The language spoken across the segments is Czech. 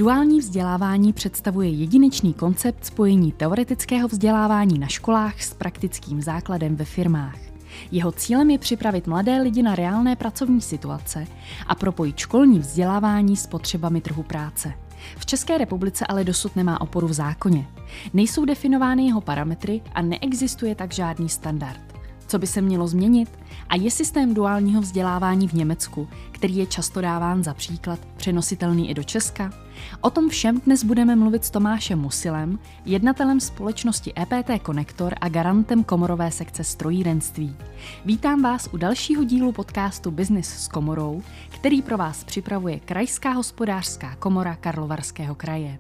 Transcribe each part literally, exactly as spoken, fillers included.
Duální vzdělávání představuje jedinečný koncept spojení teoretického vzdělávání na školách s praktickým základem ve firmách. Jeho cílem je připravit mladé lidi na reálné pracovní situace a propojit školní vzdělávání s potřebami trhu práce. V České republice ale dosud nemá oporu v zákoně. Nejsou definovány jeho parametry a neexistuje tak žádný standard. Co by se mělo změnit? A je systém duálního vzdělávání v Německu, který je často dáván za příklad, přenositelný i do Česka? O tom všem dnes budeme mluvit s Tomášem Musilem, jednatelem společnosti E P T Konektor a garantem komorové sekce strojírenství. Vítám vás u dalšího dílu podcastu Business s komorou, který pro vás připravuje Krajská hospodářská komora Karlovarského kraje.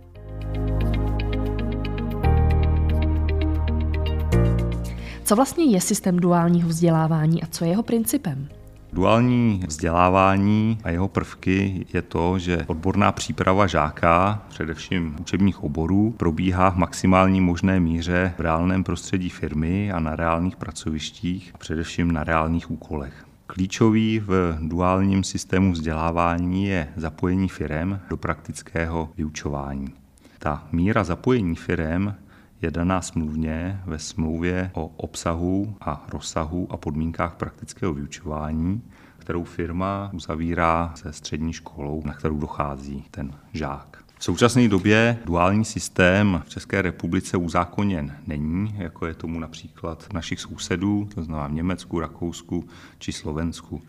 Co vlastně je systém duálního vzdělávání a co je jeho principem? Duální vzdělávání a jeho prvky je to, že odborná příprava žáka, především učebních oborů, probíhá v maximální možné míře v reálném prostředí firmy a na reálných pracovištích, především na reálných úkolech. Klíčový v duálním systému vzdělávání je zapojení firem do praktického vyučování. Ta míra zapojení firem je daná smluvně ve smlouvě o obsahu a rozsahu a podmínkách praktického vyučování, kterou firma uzavírá se střední školou, na kterou dochází ten žák. V současné době duální systém v České republice uzákoněn není, jako je tomu například v našich sousedů, to znamená v Německu, Rakousku či Slovensku.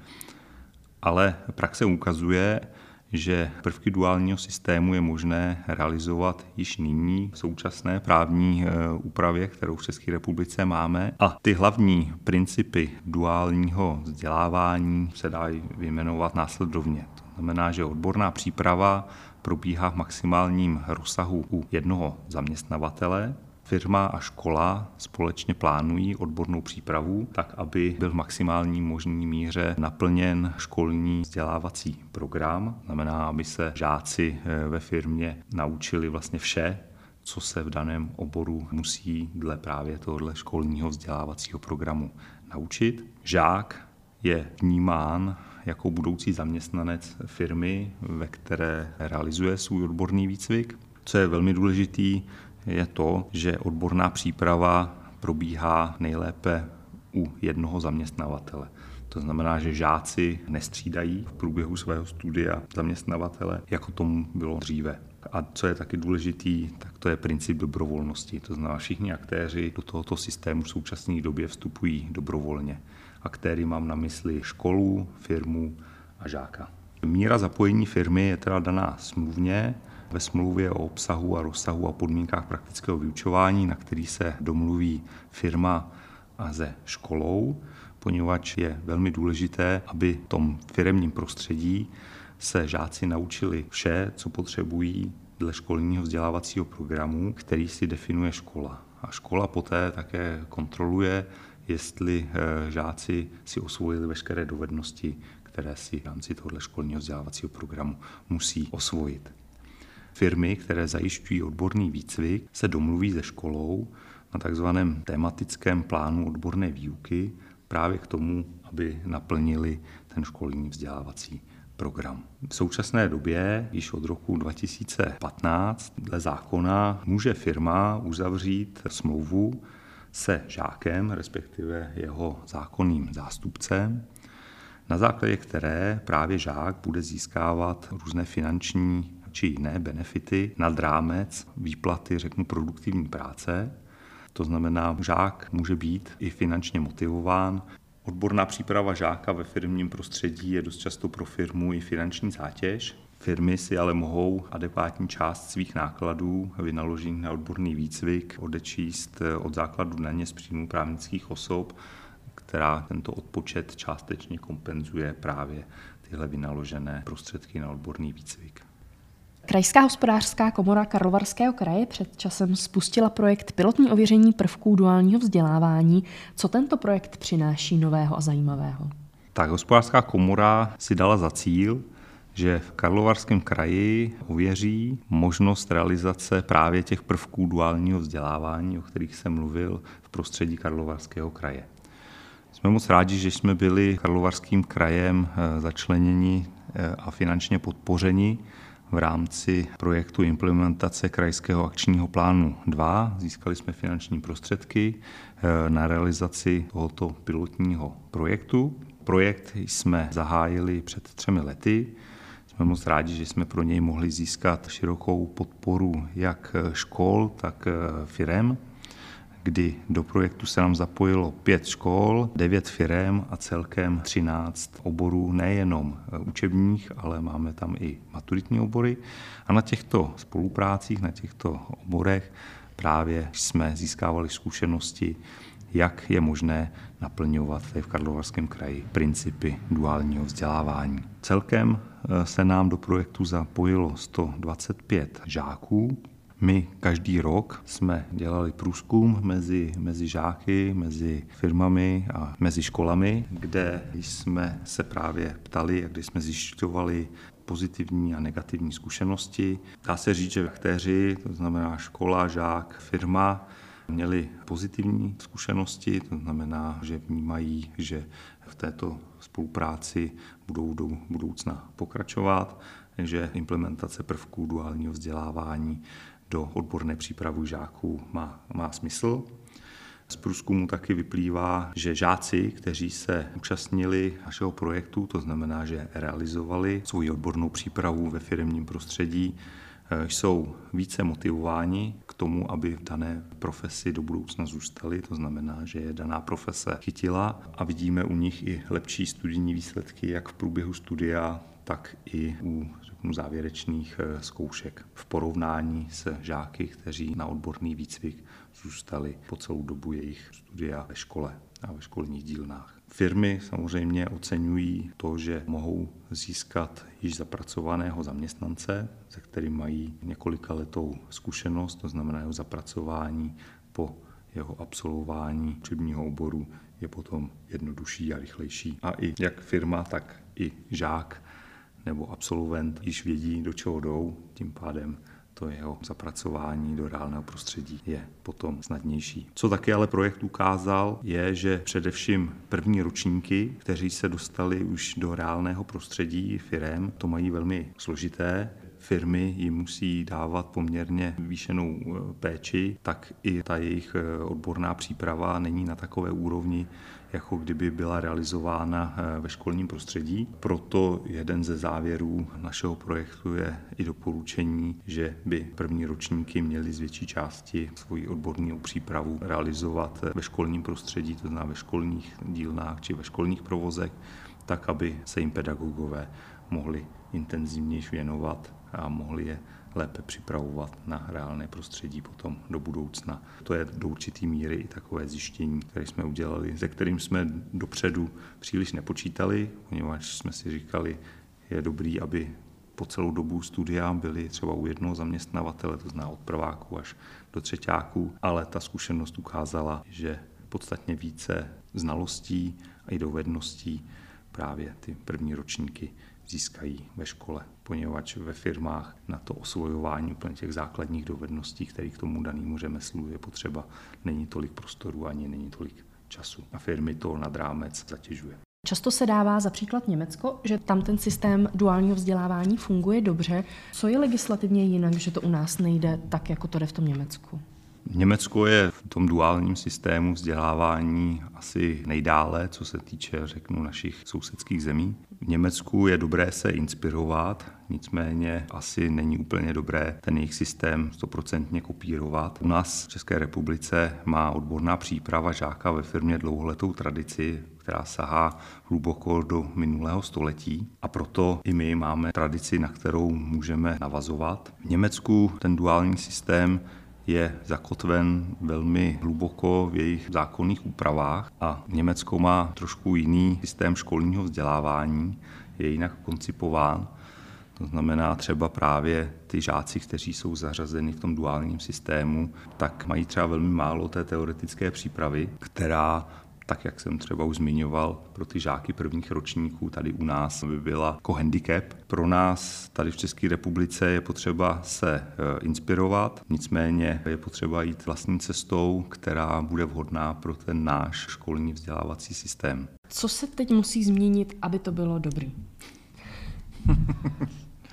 Ale praxe ukazuje, že prvky duálního systému je možné realizovat již nyní v současné právní úpravě, kterou v České republice máme. A ty hlavní principy duálního vzdělávání se dají vyjmenovat následovně. To znamená, že odborná příprava probíhá v maximálním rozsahu u jednoho zaměstnavatele. Firma a škola společně plánují odbornou přípravu tak, aby byl v maximální možné míře naplněn školní vzdělávací program. Znamená, aby se žáci ve firmě naučili vlastně vše, co se v daném oboru musí dle právě tohoto školního vzdělávacího programu naučit. Žák je vnímán jako budoucí zaměstnanec firmy, ve které realizuje svůj odborný výcvik. Co je velmi důležitý, je to, že odborná příprava probíhá nejlépe u jednoho zaměstnavatele. To znamená, že žáci nestřídají v průběhu svého studia zaměstnavatele, jako tomu bylo dříve. A co je taky důležitý, tak to je princip dobrovolnosti. To znamená, všichni aktéři do tohoto systému v současné době vstupují dobrovolně. Aktéry mám na mysli školu, firmu a žáka. Míra zapojení firmy je teda daná smluvně, ve smlouvě o obsahu a rozsahu a podmínkách praktického vyučování, na který se domluví firma a se školou, poněvadž je velmi důležité, aby v tom firemním prostředí se žáci naučili vše, co potřebují dle školního vzdělávacího programu, který si definuje škola. A škola poté také kontroluje, jestli žáci si osvojili veškeré dovednosti, které si v rámci tohoto školního vzdělávacího programu musí osvojit. Firmy, které zajišťují odborný výcvik, se domluví se školou na takzvaném tematickém plánu odborné výuky právě k tomu, aby naplnili ten školní vzdělávací program. V současné době, již od roku dva tisíce patnáct, dle zákona může firma uzavřít smlouvu se žákem, respektive jeho zákonným zástupcem, na základě které právě žák bude získávat různé finanční či jiné benefity nad rámec výplaty, řeknu, produktivní práce. To znamená, žák může být i finančně motivován. Odborná příprava žáka ve firmním prostředí je dost často pro firmu i finanční zátěž. Firmy si ale mohou adekvátní část svých nákladů vynaložených na odborný výcvik odečíst od základu daně z příjmů právnických osob, která tento odpočet částečně kompenzuje právě tyhle vynaložené prostředky na odborný výcvik. Krajská hospodářská komora Karlovarského kraje před časem spustila projekt pilotní ověření prvků duálního vzdělávání. Co tento projekt přináší nového a zajímavého? Tak hospodářská komora si dala za cíl, že v Karlovarském kraji ověří možnost realizace právě těch prvků duálního vzdělávání, o kterých jsem mluvil v prostředí Karlovarského kraje. Jsme moc rádi, že jsme byli Karlovarským krajem začleněni a finančně podpořeni v rámci projektu implementace Krajského akčního plánu dva. Získali jsme finanční prostředky na realizaci tohoto pilotního projektu. Projekt jsme zahájili před třemi lety. Jsme moc rádi, že jsme pro něj mohli získat širokou podporu jak škol, tak firem, kdy do projektu se nám zapojilo pět škol, devět firem a celkem třináct oborů, nejenom učebních, ale máme tam i maturitní obory. A na těchto spoluprácích, na těchto oborech právě jsme získávali zkušenosti, jak je možné naplňovat v Karlovarském kraji principy duálního vzdělávání. Celkem se nám do projektu zapojilo sto dvacet pět žáků. My každý rok jsme dělali průzkum mezi, mezi žáky, mezi firmami a mezi školami, kde jsme se právě ptali a kde jsme zjišťovali pozitivní a negativní zkušenosti. Dá se říct, že aktéři, to znamená škola, žák, firma, měli pozitivní zkušenosti, to znamená, že vnímají, že v této spolupráci budou do budoucna pokračovat, že implementace prvků duálního vzdělávání do odborné přípravy žáků má, má smysl. Z průzkumu taky vyplývá, že žáci, kteří se účastnili našeho projektu, to znamená, že realizovali svou odbornou přípravu ve firemním prostředí, jsou více motivováni k tomu, aby v dané profesi do budoucna zůstali. To znamená, že je daná profese chytila a vidíme u nich i lepší studijní výsledky, jak v průběhu studia, tak i u řeknu, závěrečných zkoušek v porovnání se žáky, kteří na odborný výcvik zůstali po celou dobu jejich studia ve škole a ve školních dílnách. Firmy samozřejmě oceňují to, že mohou získat již zapracovaného zaměstnance, se kterým mají několika letou zkušenost, to znamená jeho zapracování po jeho absolvování učebního oboru je potom jednodušší a rychlejší. A i jak firma, tak i žák nebo absolvent již vědí, do čeho jdou, tím pádem to jeho zapracování do reálného prostředí je potom snadnější. Co taky ale projekt ukázal, je, že především první ročníky, kteří se dostali už do reálného prostředí firem, to mají velmi složité. Firmy jim musí dávat poměrně výšenou péči, tak i ta jejich odborná příprava není na takové úrovni, jako kdyby byla realizována ve školním prostředí. Proto jeden ze závěrů našeho projektu je i doporučení, že by první ročníky měly z větší části svoji odbornou přípravu realizovat ve školním prostředí, to znamená ve školních dílnách či ve školních provozech, tak aby se jim pedagogové mohli intenzivněji věnovat a mohli je lépe připravovat na reálné prostředí potom do budoucna. To je do určitý míry i takové zjištění, které jsme udělali, se kterým jsme dopředu příliš nepočítali, poněvadž jsme si říkali, je dobrý, aby po celou dobu studia byli třeba u jednoho zaměstnavatele, to znamená od prváku až do třeťáků, ale ta zkušenost ukázala, že podstatně více znalostí a i dovedností právě ty první ročníky získají ve škole, poněvadž ve firmách na to osvojování úplně těch základních dovedností, které k tomu danému řemeslu je potřeba, není tolik prostoru ani není tolik času. A firmy to nad rámec zatěžuje. Často se dává za příklad Německo, že tam ten systém duálního vzdělávání funguje dobře. Co je legislativně jinak, že to u nás nejde tak, jako to jde v tom Německu? Německo je v tom duálním systému vzdělávání asi nejdále, co se týče, řeknu, našich sousedských zemí. V Německu je dobré se inspirovat, nicméně asi není úplně dobré ten jejich systém stoprocentně kopírovat. U nás v České republice má odborná příprava žáka ve firmě dlouholetou tradici, která sahá hluboko do minulého století a proto i my máme tradici, na kterou můžeme navazovat. V Německu ten duální systém je zakotven velmi hluboko v jejich zákonných úpravách a Německo má trošku jiný systém školního vzdělávání, je jinak koncipován. To znamená třeba právě ty žáci, kteří jsou zařazeni v tom duálním systému, tak mají třeba velmi málo té teoretické přípravy, která, tak jak jsem třeba už zmiňoval, pro ty žáky prvních ročníků tady u nás by byla jako handicap. Pro nás tady v České republice je potřeba se inspirovat, nicméně je potřeba jít vlastní cestou, která bude vhodná pro ten náš školní vzdělávací systém. Co se teď musí změnit, aby to bylo dobrý?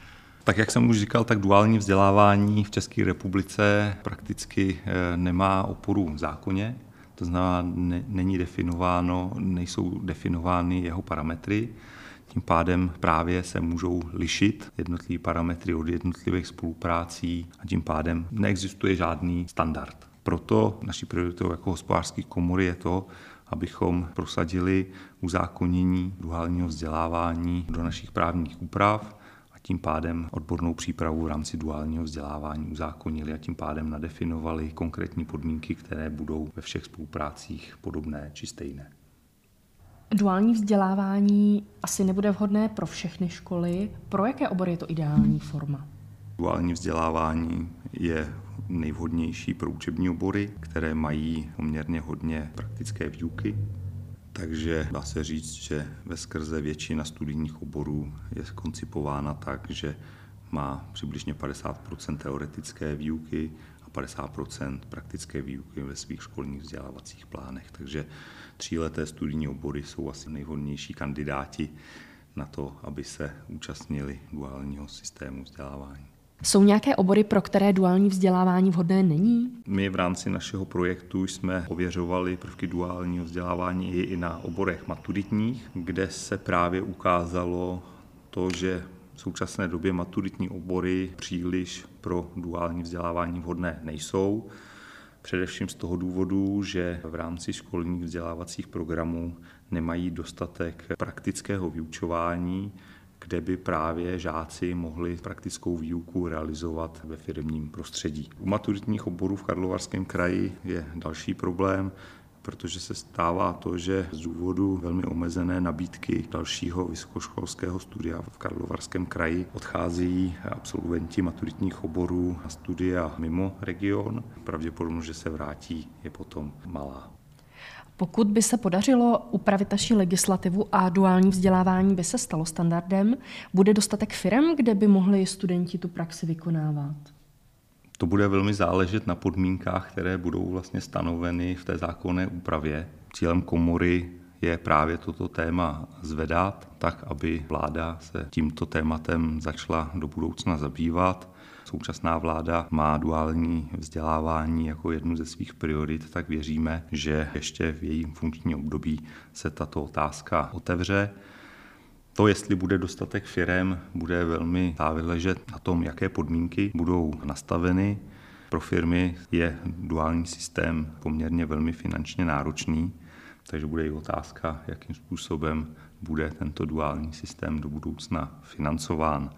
Tak jak jsem už říkal, tak duální vzdělávání v České republice prakticky nemá oporu v zákoně. To znamená, ne, není definováno, nejsou definovány jeho parametry. Tím pádem právě se můžou lišit jednotlivé parametry od jednotlivých spoluprácí a tím pádem neexistuje žádný standard. Proto naší prioritou jako hospodářské komory je to, abychom prosadili uzákonění duálního vzdělávání do našich právních úprav a tím pádem odbornou přípravu v rámci duálního vzdělávání uzákonili a tím pádem nadefinovali konkrétní podmínky, které budou ve všech spoluprácích podobné či stejné. Duální vzdělávání asi nebude vhodné pro všechny školy. Pro jaké obory je to ideální forma? Duální vzdělávání je nejvhodnější pro učební obory, které mají poměrně hodně praktické výuky. Takže dá se říct, že veskrze většina studijních oborů je koncipována tak, že má přibližně padesát procent teoretické výuky a padesát procent praktické výuky ve svých školních vzdělávacích plánech. Takže tříleté studijní obory jsou asi nejvhodnější kandidáti na to, aby se účastnili duálního systému vzdělávání. Jsou nějaké obory, pro které duální vzdělávání vhodné není? My v rámci našeho projektu jsme ověřovali prvky duálního vzdělávání i na oborech maturitních, kde se právě ukázalo to, že v současné době maturitní obory příliš pro duální vzdělávání vhodné nejsou. Především z toho důvodu, že v rámci školních vzdělávacích programů nemají dostatek praktického vyučování, kde by právě žáci mohli praktickou výuku realizovat ve firemním prostředí. U maturitních oborů v Karlovarském kraji je další problém, protože se stává to, že z důvodu velmi omezené nabídky dalšího vysokoškolského studia v Karlovarském kraji odcházejí absolventi maturitních oborů na studia mimo region. Pravděpodobnost, že se vrátí, je potom malá. Pokud by se podařilo upravit naši legislativu a duální vzdělávání by se stalo standardem, bude dostatek firem, kde by mohli studenti tu praxi vykonávat? To bude velmi záležet na podmínkách, které budou vlastně stanoveny v té zákonné úpravě. Cílem komory je právě toto téma zvedat, tak aby vláda se tímto tématem začala do budoucna zabývat. Současná vláda má duální vzdělávání jako jednu ze svých priorit, tak věříme, že ještě v jejím funkčním období se tato otázka otevře. To, jestli bude dostatek firem, bude velmi záležet na tom, jaké podmínky budou nastaveny. Pro firmy je duální systém poměrně velmi finančně náročný, takže bude i otázka, jakým způsobem bude tento duální systém do budoucna financován.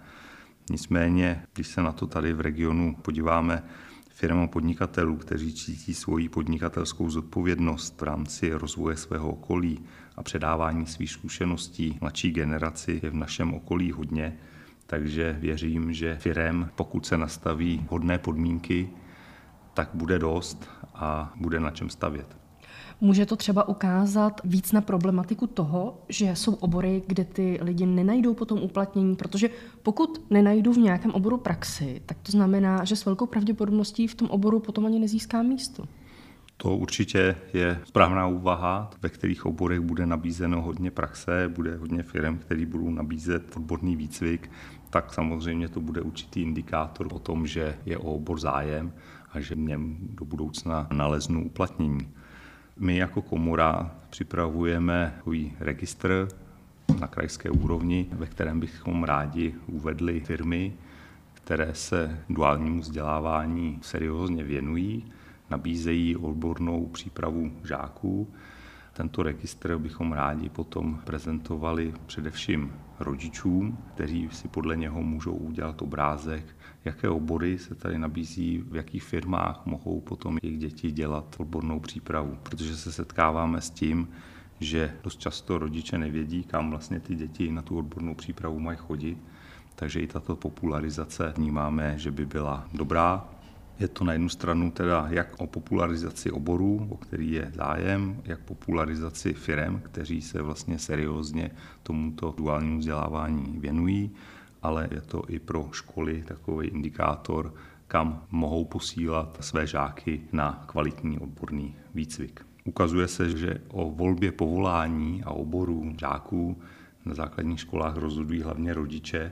Nicméně, když se na to tady v regionu podíváme firmám podnikatelů, kteří cítí svoji podnikatelskou zodpovědnost v rámci rozvoje svého okolí a předávání svých zkušeností mladší generaci, je v našem okolí hodně, takže věřím, že firem, pokud se nastaví hodné podmínky, tak bude dost a bude na čem stavět. Může to třeba ukázat víc na problematiku toho, že jsou obory, kde ty lidi nenajdou potom uplatnění, protože pokud nenajdou v nějakém oboru praxi, tak to znamená, že s velkou pravděpodobností v tom oboru potom ani nezíská místo. To určitě je správná úvaha, ve kterých oborech bude nabízeno hodně praxe, bude hodně firem, které budou nabízet odborný výcvik, tak samozřejmě to bude určitý indikátor o tom, že je o obor zájem a že v něm do budoucna naleznou uplatnění. My jako komora připravujeme takový registr na krajské úrovni, ve kterém bychom rádi uvedli firmy, které se duálnímu vzdělávání seriózně věnují, nabízejí odbornou přípravu žáků. Tento registr bychom rádi potom prezentovali především rodičům, kteří si podle něho můžou udělat obrázek, jaké obory se tady nabízí, v jakých firmách mohou potom jejich děti dělat odbornou přípravu. Protože se setkáváme s tím, že dost často rodiče nevědí, kam vlastně ty děti na tu odbornou přípravu mají chodit, takže i tato popularizace vnímáme, že by byla dobrá. Je to na jednu stranu teda jak o popularizaci oborů, o který je zájem, jak popularizaci firem, kteří se vlastně seriózně tomuto duálnímu vzdělávání věnují, ale je to i pro školy takový indikátor, kam mohou posílat své žáky na kvalitní odborný výcvik. Ukazuje se, že o volbě povolání a oborů žáků na základních školách rozhodují hlavně rodiče,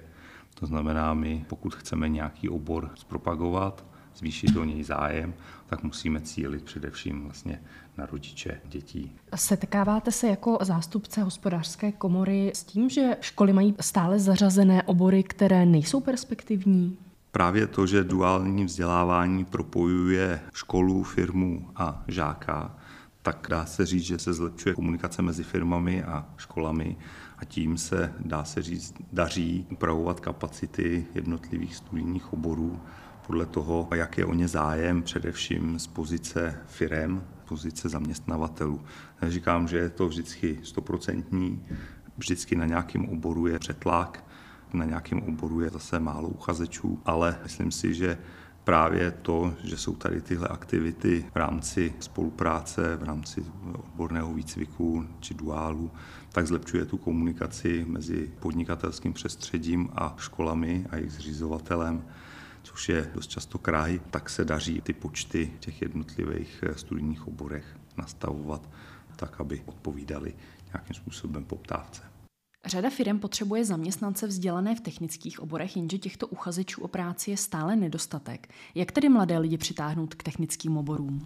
To znamená, my pokud chceme nějaký obor zpropagovat, zvýšit do něj zájem, tak musíme cílit především vlastně na rodiče dětí. Setkáváte se jako zástupce Hospodářské komory s tím, že školy mají stále zařazené obory, které nejsou perspektivní? Právě to, že duální vzdělávání propojuje školu, firmu a žáka, tak dá se říct, že se zlepšuje komunikace mezi firmami a školami a tím se, dá se říct, daří upravovat kapacity jednotlivých studijních oborů podle toho, jak je o ně zájem, především z pozice firem, pozice zaměstnavatelů. Neříkám, že je to vždycky stoprocentní, vždycky na nějakém oboru je přetlak, na nějakém oboru je zase málo uchazečů, ale myslím si, že právě to, že jsou tady tyhle aktivity v rámci spolupráce, v rámci odborného výcviku či duálu, tak zlepšuje tu komunikaci mezi podnikatelským prostředím a školami a jejich zřizovatelem, což je dost často kraj, tak se daří ty počty těch jednotlivých studijních oborech nastavovat tak, aby odpovídaly nějakým způsobem poptávce. Řada firem potřebuje zaměstnance vzdělané v technických oborech, jenže těchto uchazečů o práci je stále nedostatek. Jak tedy mladé lidi přitáhnout k technickým oborům?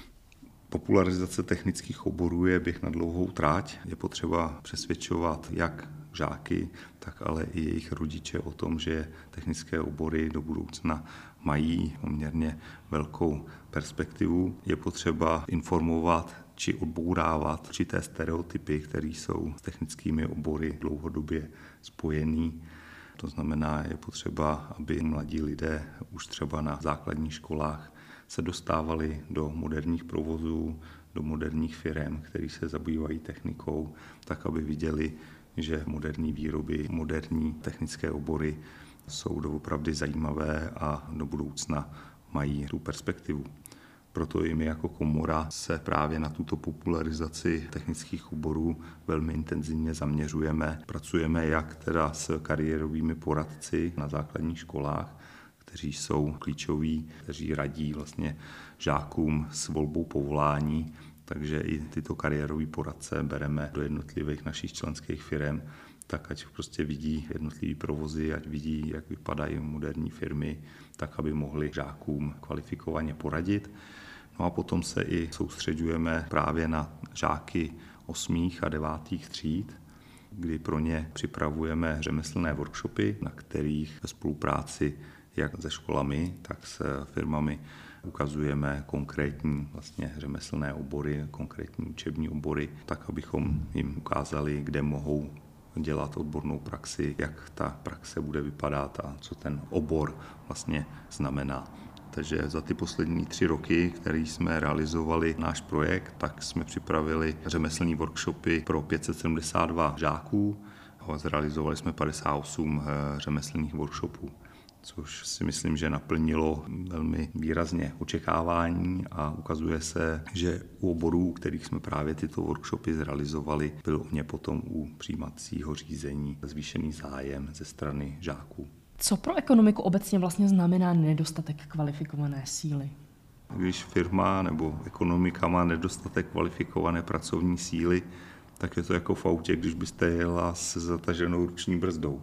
Popularizace technických oborů je běh na dlouhou tráť. Je potřeba přesvědčovat jak žáky, tak ale i jejich rodiče o tom, že technické obory do budoucna mají poměrně velkou perspektivu. Je potřeba informovat či odbourávat určité stereotypy, které jsou s technickými obory dlouhodobě spojený. To znamená, je potřeba, aby mladí lidé už třeba na základních školách se dostávali do moderních provozů, do moderních firem, které se zabývají technikou, tak aby viděli, že moderní výroby, moderní technické obory jsou doopravdy zajímavé a do budoucna mají tu perspektivu. Proto i my jako komora se právě na tuto popularizaci technických oborů velmi intenzivně zaměřujeme. Pracujeme jak teda s kariérovými poradci na základních školách, kteří jsou klíčoví, kteří radí vlastně žákům s volbou povolání, takže i tyto kariérové poradce bereme do jednotlivých našich členských firem, tak ať prostě vidí jednotlivý provozy, ať vidí, jak vypadají moderní firmy, tak aby mohli žákům kvalifikovaně poradit. No a potom se i soustředujeme právě na žáky osmých a devátých tříd, kdy pro ně připravujeme řemeslné workshopy, na kterých ve spolupráci jak se školami, tak s firmami ukazujeme konkrétní vlastně řemeslné obory, konkrétní učební obory, tak abychom jim ukázali, kde mohou dělat odbornou praxi, jak ta praxe bude vypadat a co ten obor vlastně znamená. Takže za ty poslední tři roky, které jsme realizovali náš projekt, tak jsme připravili řemeslní workshopy pro pět set sedmdesát dva žáků a zrealizovali jsme padesát osm řemeslných workshopů, což si myslím, že naplnilo velmi výrazně očekávání a ukazuje se, že u oborů, kterých jsme právě tyto workshopy zrealizovali, byl o ně potom u přijímacího řízení zvýšený zájem ze strany žáků. Co pro ekonomiku obecně vlastně znamená nedostatek kvalifikované síly? Když firma nebo ekonomika má nedostatek kvalifikované pracovní síly, tak je to jako v autě, když byste jela s zataženou ruční brzdou.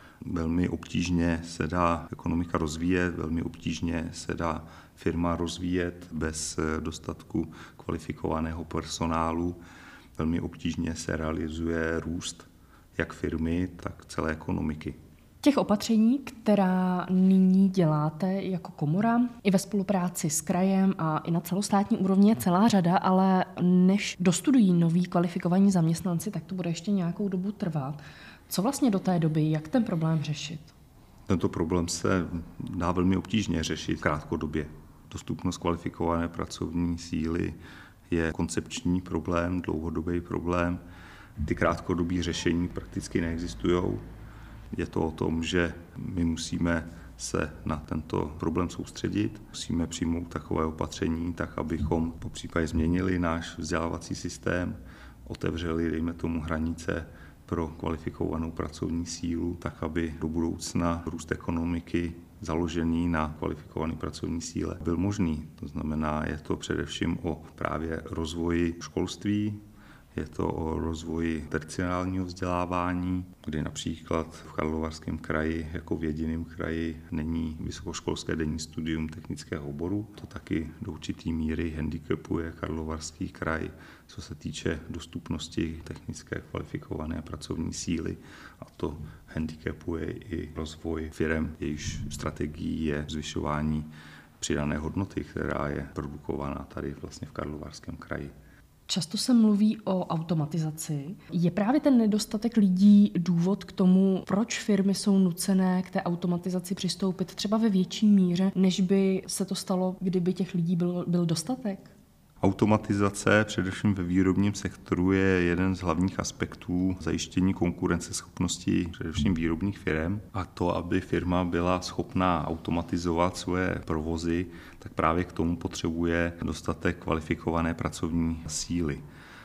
Velmi obtížně se dá ekonomika rozvíjet, velmi obtížně se dá firma rozvíjet bez dostatku kvalifikovaného personálu. Velmi obtížně se realizuje růst jak firmy, tak celé ekonomiky. Těch opatření, která nyní děláte jako komora, i ve spolupráci s krajem a i na celostátní úrovni je celá řada, ale než dostudují noví kvalifikovaní zaměstnanci, tak to bude ještě nějakou dobu trvat. Co vlastně do té doby, jak ten problém řešit? Tento problém se dá velmi obtížně řešit v krátkodobě. Dostupnost kvalifikované pracovní síly je koncepční problém, dlouhodobý problém. Ty krátkodobé řešení prakticky neexistují. Je to o tom, že my musíme se na tento problém soustředit, musíme přijmout takové opatření, tak abychom popřípadě změnili náš vzdělávací systém, otevřeli, dejme tomu, hranice pro kvalifikovanou pracovní sílu, tak aby do budoucna růst ekonomiky založený na kvalifikované pracovní síle byl možný. To znamená, je to především o právě rozvoji školství, Je to o rozvoji terciárního vzdělávání, kdy například v Karlovarském kraji jako v jediném kraji není vysokoškolské denní studium technického oboru. To taky do určité míry handicapuje Karlovarský kraj, co se týče dostupnosti technické kvalifikované pracovní síly, a to handicapuje i rozvoj firem, jejichž strategií je zvyšování přidané hodnoty, která je produkovaná tady vlastně v Karlovarském kraji. Často se mluví o automatizaci. Je právě ten nedostatek lidí důvod k tomu, proč firmy jsou nucené k té automatizaci přistoupit třeba ve větší míře, než by se to stalo, kdyby těch lidí byl, byl dostatek? Automatizace především ve výrobním sektoru je jeden z hlavních aspektů zajištění konkurenceschopnosti především výrobních firm, a to, aby firma byla schopná automatizovat svoje provozy, tak právě k tomu potřebuje dostatek kvalifikované pracovní síly.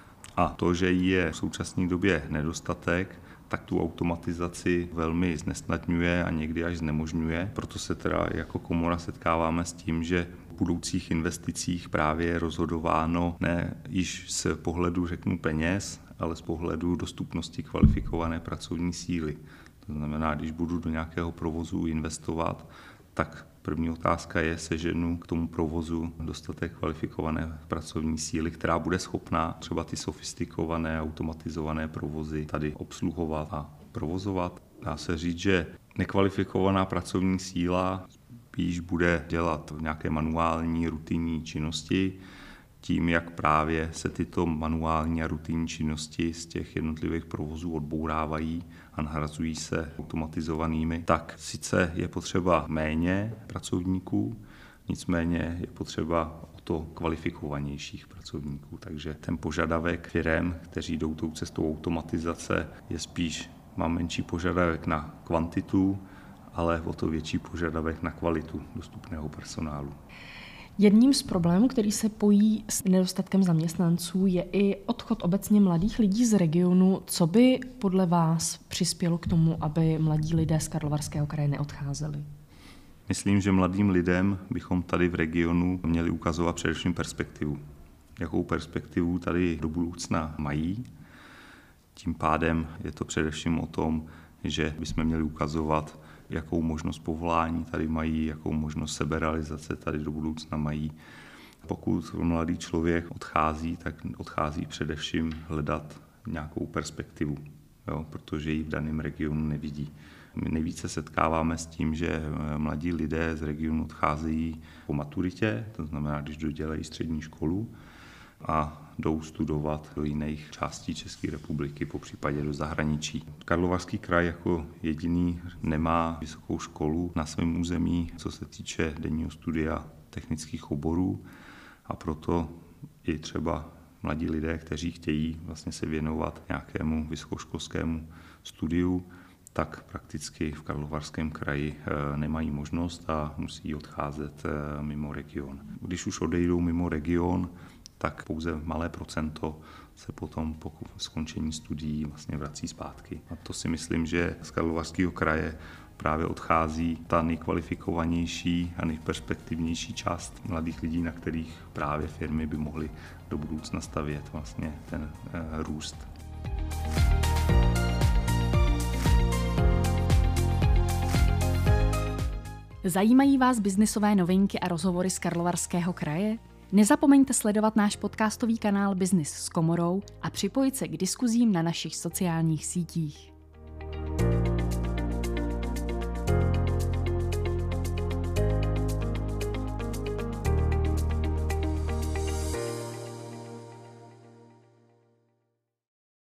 A to, že jí je v současné době nedostatek, tak tu automatizaci velmi znesnadňuje a někdy až znemožňuje. Proto se teda jako komora setkáváme s tím, že v budoucích investicích právě je rozhodováno ne již z pohledu, řeknu, peněz, ale z pohledu dostupnosti kvalifikované pracovní síly. To znamená, když budu do nějakého provozu investovat, tak první otázka je, seženu k tomu provozu dostatek kvalifikované pracovní síly, která bude schopná třeba ty sofistikované automatizované provozy tady obsluhovat a provozovat. Dá se říct, že nekvalifikovaná pracovní síla spíš bude dělat nějaké manuální rutinní činnosti, tím, jak právě se tyto manuální a rutinní činnosti z těch jednotlivých provozů odbourávají a nahrazují se automatizovanými, tak sice je potřeba méně pracovníků, nicméně je potřeba o to kvalifikovanějších pracovníků. Takže ten požadavek firem, kteří jdou tou cestou automatizace, je spíš, má menší požadavek na kvantitu, ale o to větší požadavek na kvalitu dostupného personálu. Jedním z problémů, který se pojí s nedostatkem zaměstnanců, je i odchod obecně mladých lidí z regionu. Co by podle vás přispělo k tomu, aby mladí lidé z Karlovarského kraje neodcházeli? Myslím, že mladým lidem bychom tady v regionu měli ukazovat především perspektivu. Jakou perspektivu tady do budoucna mají. Tím pádem je to především o tom, že bychom měli ukazovat, jakou možnost povolání tady mají, jakou možnost seberealizace tady do budoucna mají. Pokud mladý člověk odchází, tak odchází především hledat nějakou perspektivu, jo, protože ji v daném regionu nevidí. My nejvíce setkáváme s tím, že mladí lidé z regionu odcházejí po maturitě, to znamená, když dodělají střední školu a jdou studovat do jiných částí České republiky, popřípadě do zahraničí. Karlovarský kraj jako jediný nemá vysokou školu na svém území, co se týče denního studia technických oborů, a proto i třeba mladí lidé, kteří chtějí vlastně se věnovat nějakému vysokoškolskému studiu, tak prakticky v Karlovarském kraji nemají možnost a musí odcházet mimo region. Když už odejdou mimo region, tak pouze malé procento se potom po skončení studií vlastně vrací zpátky. A to si myslím, že z Karlovarského kraje právě odchází ta nejkvalifikovanější a nejperspektivnější část mladých lidí, na kterých právě firmy by mohly do budoucna stavět vlastně ten e, růst. Zajímají vás biznisové novinky a rozhovory z Karlovarského kraje? Nezapomeňte sledovat náš podcastový kanál Biznis s komorou a připojit se k diskuzím na našich sociálních sítích.